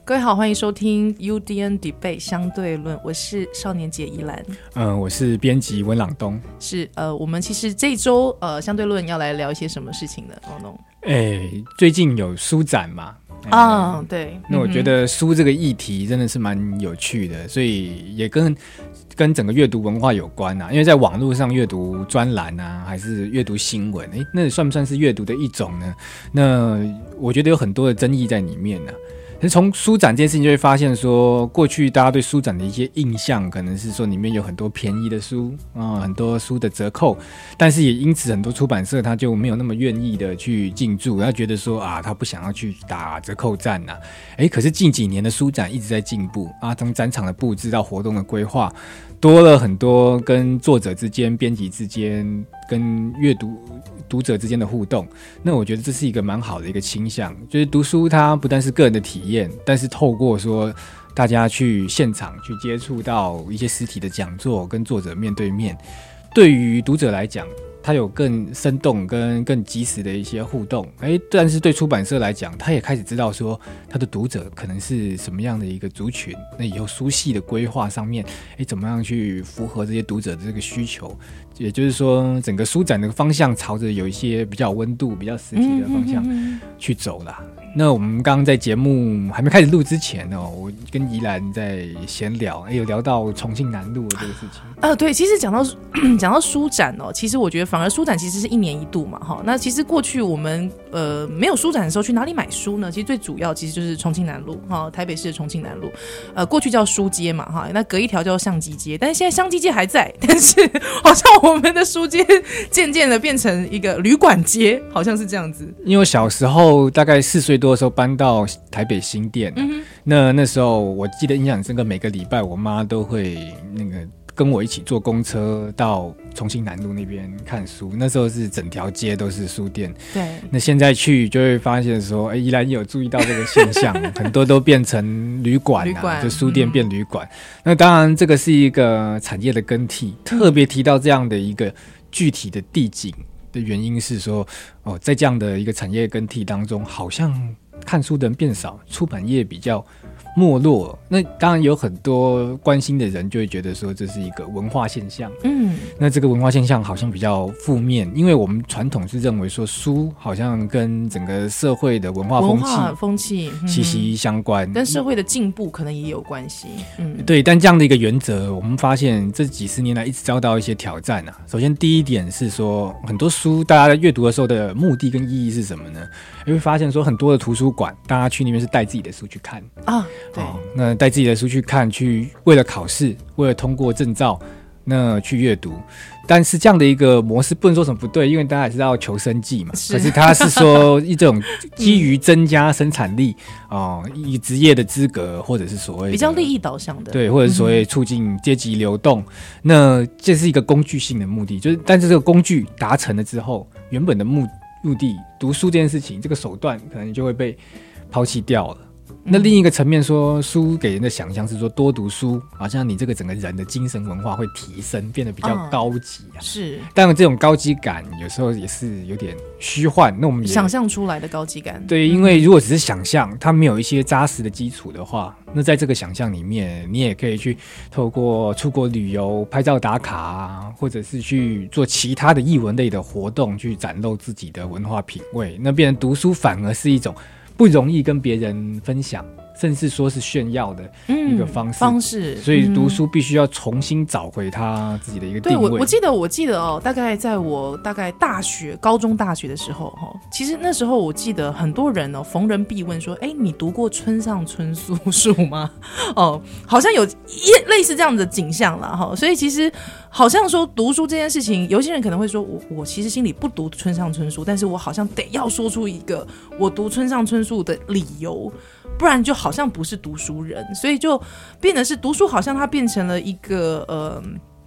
各位好，欢迎收听 UDN Debate 相对论，我是少年节宜兰， 我是编辑文朗东。 是我们其实这一周相对论要来聊一些什么事情呢？ 最近有书展嘛？ 对。 那我觉得书这个议题真的是蛮有趣的，所以也跟整个阅读文化有关啊。因为在网络上阅读专栏啊，还是阅读新闻，那算不算是阅读的一种呢？那我觉得有很多的争议在里面啊。从书展这件事情就会发现说，过去大家对书展的一些印象可能是说里面有很多便宜的书很多书的折扣，但是也因此很多出版社他就没有那么愿意的去进驻，他觉得说他不想要去打折扣战啊。可是近几年的书展一直在进步啊，从展场的布置到活动的规划，多了很多跟作者之间、编辑之间、跟读者之间的互动。那我觉得这是一个蛮好的一个倾向，就是读书它不但是个人的体验，但是透过说大家去现场去接触到一些实体的讲座，跟作者面对面，对于读者来讲他有更生动跟更及时的一些互动，但是对出版社来讲，他也开始知道说他的读者可能是什么样的一个族群，那以后书系的规划上面怎么样去符合这些读者的这个需求，也就是说整个书展的方向朝着有一些比较有温度比较实体的方向去走啦。那我们刚刚在节目还没开始录之前我跟宜兰在闲聊，有聊到重庆南路的这个事情。 对，其实讲到书展其实我觉得反而书展其实是1年1度嘛，那其实过去我们没有书展的时候去哪里买书呢？其实最主要其实就是重庆南路台北市的重庆南路，过去叫书街嘛那隔一条叫相机街，但是现在相机街还在，但是好像我们的书街渐渐的变成一个旅馆街，好像是这样子。 因为我小时候大概4岁多的时候搬到台北新店，那时候我记得印象很深刻，每个礼拜我妈都会跟我一起坐公车到重庆南路那边看书，那时候是整条街都是书店。 对， 那现在去就会发现说，宜兰也有注意到这个现象，很多都变成旅馆就书店变旅馆。那当然这个是一个产业的更替，特别提到这样的一个具体的地景的原因是说，在这样的一个产业更替当中，好像看书的人变少，出版业比较没落。那当然有很多关心的人就会觉得说这是一个文化现象，那这个文化现象好像比较负面，因为我们传统是认为说书好像跟整个社会的文化风气息息相关， 跟社会的进步可能也有关系。 对，但这样的一个原则我们发现这几十年来一直遭到一些挑战啊。首先第一点是说，很多书大家在阅读的时候的目的跟意义是什么呢？你会发现说很多的图书馆大家去那边是带自己的书去看对， 那带自己的书去看，去为了考试，为了通过证照，那去阅读。但是这样的一个模式不能说什么不对，因为大家也知道求生计嘛。可是它是说一种基于增加生产力以职业的资格，或者是所谓比较利益导向的， 对，或者是所谓促进阶级流动。那这是一个工具性的目的，但是这个工具达成了之后，原本的目的读书这件事情，这个手段可能就会被抛弃掉了。那另一个层面说，书给人的想象是说多读书，好像你这个整个人的精神文化会提升，变得比较高级是， 但这种高级感有时候也是有点虚幻。那我们也想象出来的高级感， 对，因为如果只是想象，它没有一些扎实的基础的话，那在这个想象里面，你也可以去透过出国旅游、拍照打卡或者是去做其他的艺文类的活动，去展露自己的文化品味。那变成读书反而是一种不容易跟别人分享，甚至说是炫耀的一个方式，所以读书必须要重新找回他自己的一个定位。 对，我记得大概在我高中大学的时候其实那时候我记得很多人逢人必问说，你读过村上春树书吗？好像有类似这样的景象啦所以其实好像说读书这件事情，有些人可能会说我其实心里不读村上春树，但是我好像得要说出一个我读村上春树的理由，不然就好像不是读书人，所以就变得是读书好像它变成了一个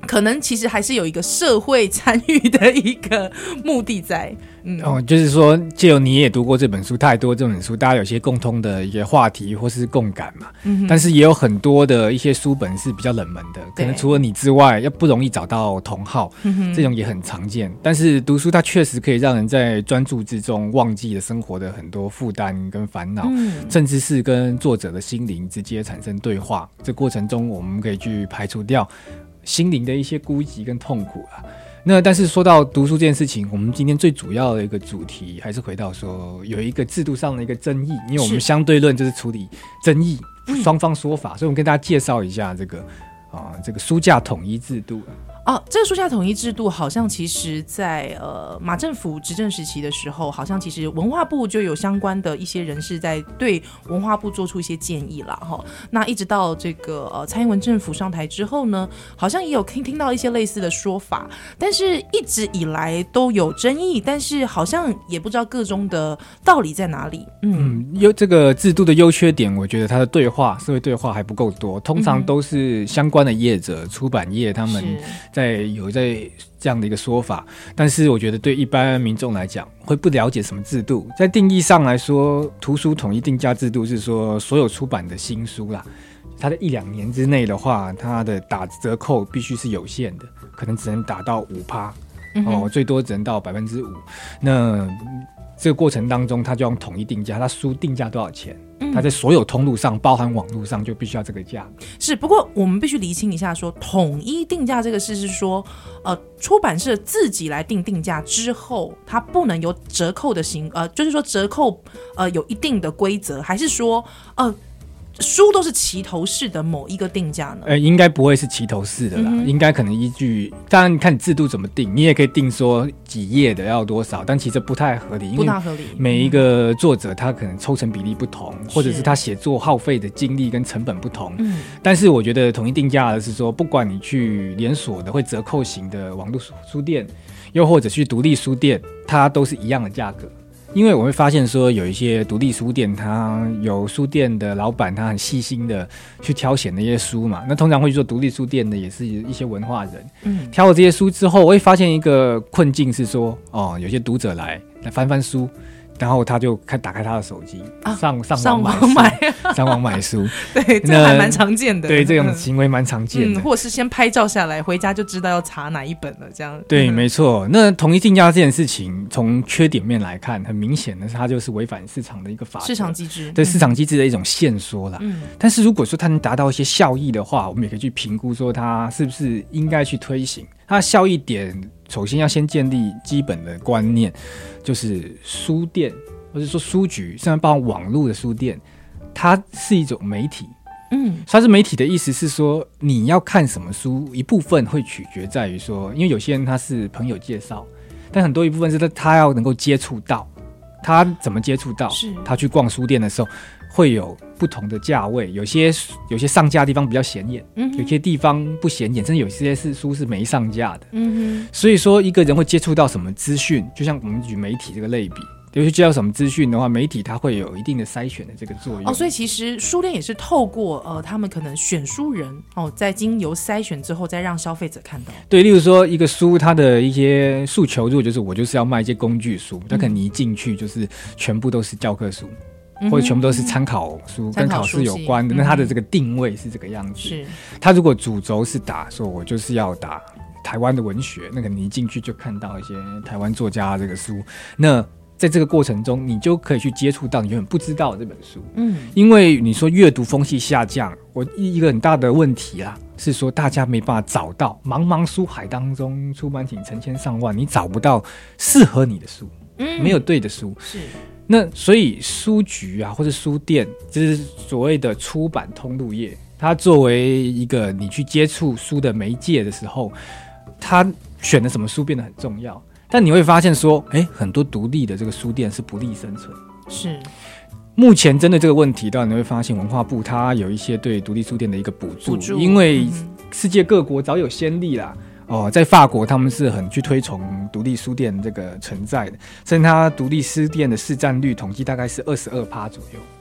可能其实还是有一个社会参与的一个目的在。 就是说藉由你也读过这本书，他也读过这本书，大家有些共通的一些话题或是共感嘛。但是也有很多的一些书本是比较冷门的，可能除了你之外要不容易找到同好，这种也很常见。但是读书它确实可以让人在专注之中忘记了生活的很多负担跟烦恼，甚至是跟作者的心灵直接产生对话。这过程中我们可以去排除掉心灵的一些孤寂跟痛苦啦。那但是说到读书这件事情，我们今天最主要的一个主题还是回到说有一个制度上的一个争议，因为我们相对论就是处理争议双方说法，所以我们跟大家介绍一下这个书架统一制度。 这个书架统一制度好像其实在马政府执政时期的时候，好像其实文化部就有相关的一些人士在对文化部做出一些建议啦。那一直到这个蔡英文政府上台之后呢，好像也有听到一些类似的说法，但是一直以来都有争议，但是好像也不知道个中的道理在哪里。 这个制度的优缺点，我觉得它的社会对话还不够多，通常都是相关的业者、出版业他们有在这样的一个说法，但是我觉得对一般民众来讲会不了解什么制度。在定义上来说，图书统一定价制度是说所有出版的新书啦，它的1-2年之内的话，它的打折扣必须是有限的，可能只能打到 5%，最多只能到 5%。 那这个过程当中，它就用统一定价，它书定价多少钱，它在所有通路上，包含网路上，就必须要这个价。 是，不过我们必须厘清一下说，统一定价这个事是说，出版社自己来定价之后，它不能有折扣的就是说折扣有一定的规则，还是说书都是齐头式的某一个定价呢？ 应该不会是齐头式的啦，应该可能依据，当然看你制度怎么定，你也可以定说几页的要多少，但其实不太合理，因为每一个作者他可能抽成比例不同，或者是他写作耗费的精力跟成本不同。但是我觉得统一定价的是说，不管你去连锁的会折扣型的网络书店，又或者去独立书店，它都是一样的价格。因为我会发现说，有一些独立书店，他有书店的老板，他很细心的去挑选那些书嘛。那通常会做独立书店的，也是一些文化人。挑了这些书之后，我会发现一个困境是说，有些读者来翻翻书，然后他就打开他的手机，上网买书。 对，这还蛮常见的。 对，这种行为蛮常见的。 或者是先拍照下来，回家就知道要查哪一本了，这样。 对，没错。那统一定价这件事情，从缺点面来看，很明显的是它就是违反市场的一个法则， 市场机制。 对，市场机制的一种限缩啦。但是如果说它能达到一些效益的话，我们也可以去评估说它是不是应该去推行。它的效益点，首先要先建立基本的观念，就是书店或者说书局，甚至包括网络的书店，它是一种媒体。它是媒体的意思是说，你要看什么书，一部分会取决在于说，因为有些人他是朋友介绍，但很多一部分是他要能够接触到。他怎么接触到？他去逛书店的时候，会有不同的价位，有些上架的地方比较显眼，有些地方不显眼，甚至有些书是没上架的。所以说，一个人会接触到什么资讯，就像我们举媒体这个类比。尤其接到什么资讯的话，媒体它会有一定的筛选的这个作用。 所以其实书店也是透过他们可能选书人在经由筛选之后，再让消费者看到。 对，例如说一个书，它的一些诉求，如果就是我就是要卖一些工具书，那可能你一进去就是全部都是教科书，或者全部都是参考书，跟考试有关的，那它的这个定位是这个样子。是，它如果主轴是打说我就是要打台湾的文学，那个你一进去就看到一些台湾作家这个书，那在这个过程中，你就可以去接触到你原本不知道的这本书。因为你说阅读风气下降，我一个很大的问题啦，是说大家没办法找到茫茫书海当中，出版品成千上万，你找不到适合你的书，没有对的书。是，那所以书局啊，或者书店，就是所谓的出版通路业，它作为一个你去接触书的媒介的时候，它选的什么书变得很重要。但你会发现说，很多独立的这个书店是不利生存。是，目前针对这个问题，当然你会发现文化部它有一些对独立书店的一个补助，因为世界各国早有先例啦。在法国他们是很去推崇独立书店这个存在的，甚至它独立书店的市占率统计大概是22%左右。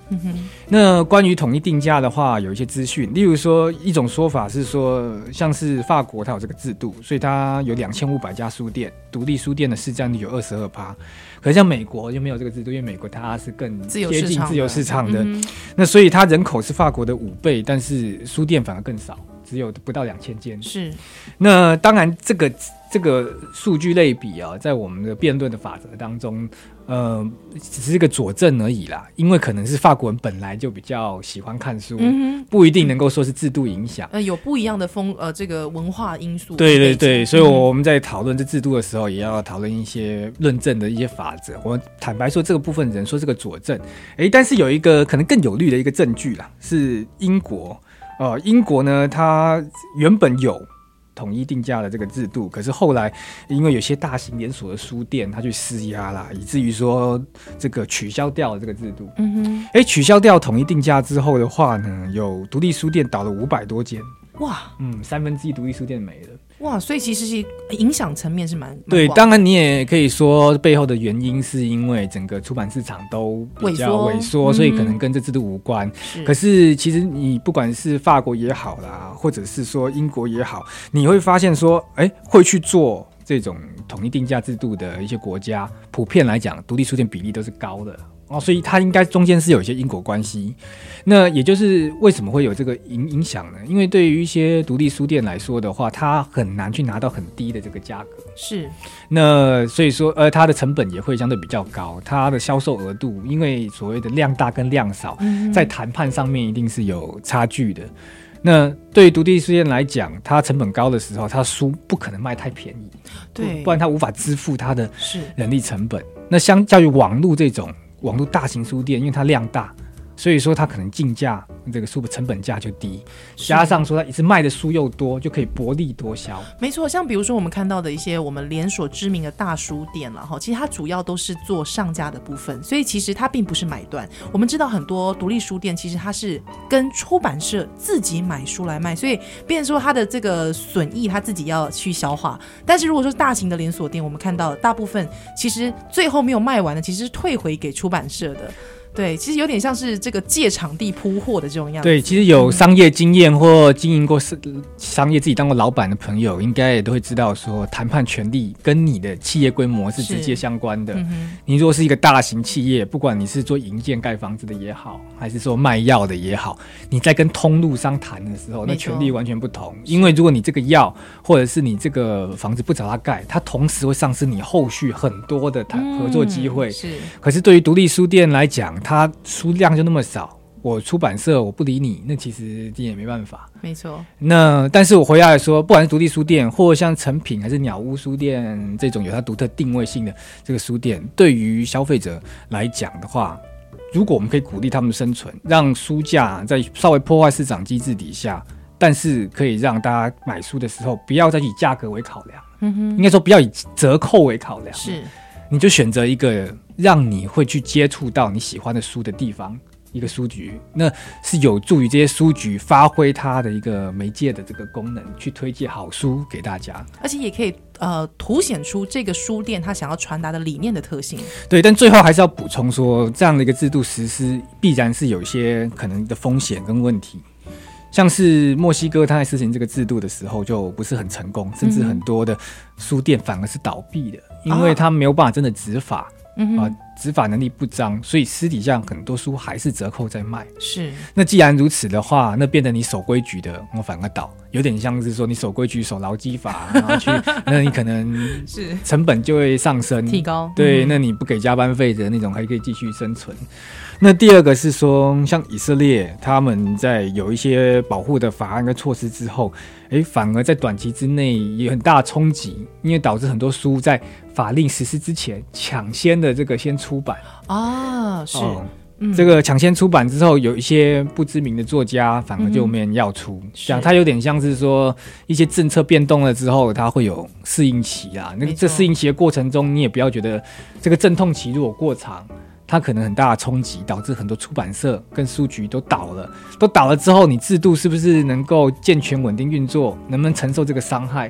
那关于统一定价的话，有一些资讯，例如说一种说法是说，像是法国它有这个制度，所以它有2500家书店，独立书店的市占率有22%。可是像美国就没有这个制度，因为美国它是更贴近自由市场的，那所以它人口是法国的5倍，但是书店反而更少，只有不到2000间。 是， 那当然这个数据类比啊，在我们的辩论的法则当中，只是一个佐证而已啦。因为可能是法国人本来就比较喜欢看书，不一定能够说是制度影响。 有不一样的这个文化因素。 对对对，所以我们在讨论这制度的时候，也要讨论一些论证的一些法则。我坦白说，这个部分人说这个佐证，但是有一个可能更有力的一个证据啦，是英国。英国呢，它原本有统一定价的这个制度，可是后来因为有些大型连锁的书店它去施压啦，以至于说这个取消掉了这个制度。取消掉统一定价之后的话呢，有独立书店倒了500多间。哇，1/3独立书店没了。 哇，所以其实是影响层面是蛮对，当然你也可以说背后的原因是因为整个出版市场都比较萎缩，所以可能跟这制度无关。可是其实你不管是法国也好啦，或者是说英国也好，你会发现说，会去做这种统一定价制度的一些国家，普遍来讲，独立书店比例都是高的。所以它应该中间是有一些因果关系。那也就是为什么会有这个影响呢？因为对于一些独立书店来说的话，它很难去拿到很低的这个价格。 是。 那所以说，它的成本也会相对比较高，它的销售额度，因为所谓的量大跟量少，在谈判上面一定是有差距的。那对于独立书店来讲，它成本高的时候，它书不可能卖太便宜， 对， 不然它无法支付它的人力成本。那相较于网络这种网络大型书店，因为它量大，所以说它可能进价这个书的成本价就低，加上说它一次卖的书又多，就可以薄利多销。 没错，像比如说我们看到的一些我们连锁知名的大书店了哈，其实它主要都是做上架的部分，所以其实它并不是买断。我们知道很多独立书店其实它是跟出版社自己买书来卖，所以变成说它的这个损益它自己要去消化。但是如果说大型的连锁店，我们看到大部分其实最后没有卖完的，其实是退回给出版社的。对，其实有点像是这个借场地铺货的这种样子。 对，其实有商业经验或经营过商业自己当过老板的朋友，应该也都会知道说，谈判权利跟你的企业规模是直接相关的。你如果是一个大型企业，不管你是做营建盖房子的也好，还是说卖药的也好，你在跟通路商谈的时候，那权利完全不同。因为如果你这个药或者是你这个房子不找他盖，它同时会丧失你后续很多的合作机会。可是对于独立书店来讲，它书量就那么少，我出版社我不理你，那其实你也没办法。 没错。 那但是我回来说，不管是独立书店，或像诚品还是鸟屋书店这种有它独特定位性的这个书店，对于消费者来讲的话，如果我们可以鼓励他们生存，让书价在稍微破坏市场机制底下，但是可以让大家买书的时候不要再以价格为考量，应该说不要以折扣为考量， 是， 你就选择一个让你会去接触到你喜欢的书的地方，一个书局，那是有助于这些书局发挥它的一个媒介的这个功能，去推荐好书给大家， 而且也可以凸显出这个书店它想要传达的理念的特性。 对，但最后还是要补充说，这样的一个制度实施必然是有一些可能的风险跟问题。像是墨西哥，他在实行这个制度的时候就不是很成功，甚至很多的书店反而是倒闭的，因为他没有办法真的执法，执法能力不彰，所以私底下很多书还是折扣在卖。 是， 那既然如此的话，那变得你守规矩的，我反而倒，有点像是说你守规矩、守劳基法，然后去，那你可能是成本就会上升， 提高。 对，那你不给加班费的那种还可以继续生存。那第二个是说，像以色列他们在有一些保护的法案跟措施之后，反而在短期之内有很大的冲击，因为导致很多书在法令实施之前抢先的这个先出版啊，是。 这个抢先出版之后，有一些不知名的作家反而就没人要出，这样它有点像是说一些政策变动了之后，它会有适应期啊。那个这适应期的过程中，你也不要觉得这个阵痛期如果过长，它可能很大的冲击，导致很多出版社跟书局都倒了。都倒了之后，你制度是不是能够健全稳定运作？能不能承受这个伤害？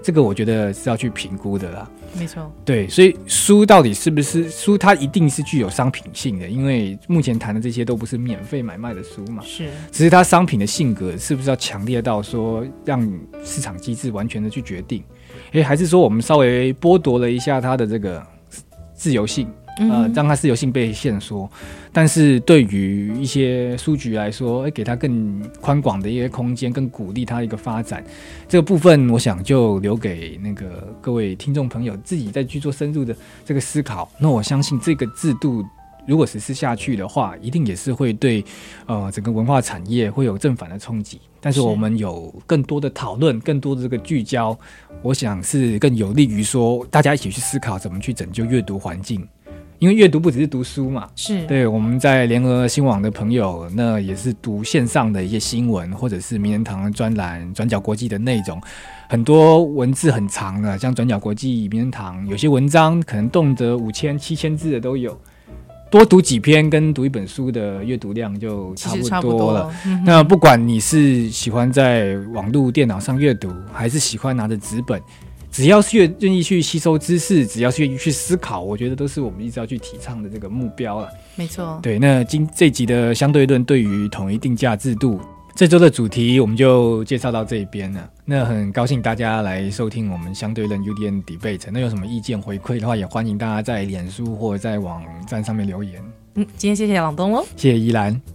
这个我觉得是要去评估的啦。 没错， 对，所以书到底是不是书，它一定是具有商品性的，因为目前谈的这些都不是免费买卖的书嘛， 是， 只是它商品的性格是不是要强烈到说让市场机制完全的去决定，还是说我们稍微剥夺了一下它的这个自由性，让它自由性被限缩，但是对于一些书局来说，给它更宽广的一些空间，更鼓励它一个发展，这个部分我想就留给那个各位听众朋友自己再去做深入的这个思考。那我相信这个制度如果实施下去的话，一定也是会对整个文化产业会有正反的冲击。但是我们有更多的讨论，更多的这个聚焦，我想是更有利于说大家一起去思考怎么去拯救阅读环境。因为阅读不只是读书嘛， 是对我们在联合新网的朋友，那也是读线上的一些新闻，或者是名人堂的专栏、转角国际的内容，很多文字很长的，像转角国际、名人堂，有些文章可能动辄5000、7000字的都有。多读几篇跟读一本书的阅读量就差不多了。那不管你是喜欢在网络电脑上阅读，还是喜欢拿着纸本，只要是愿意去吸收知识，只要是愿意去思考，我觉得都是我们一直要去提倡的这个目标了。 没错， 对。那这集的相对论对于统一定价制度这周的主题我们就介绍到这边了。那很高兴大家来收听我们相对论 UDN Debate。那有什么意见回馈的话，也欢迎大家在脸书或者在网站上面留言。 今天谢谢朗东喽， 谢谢依兰。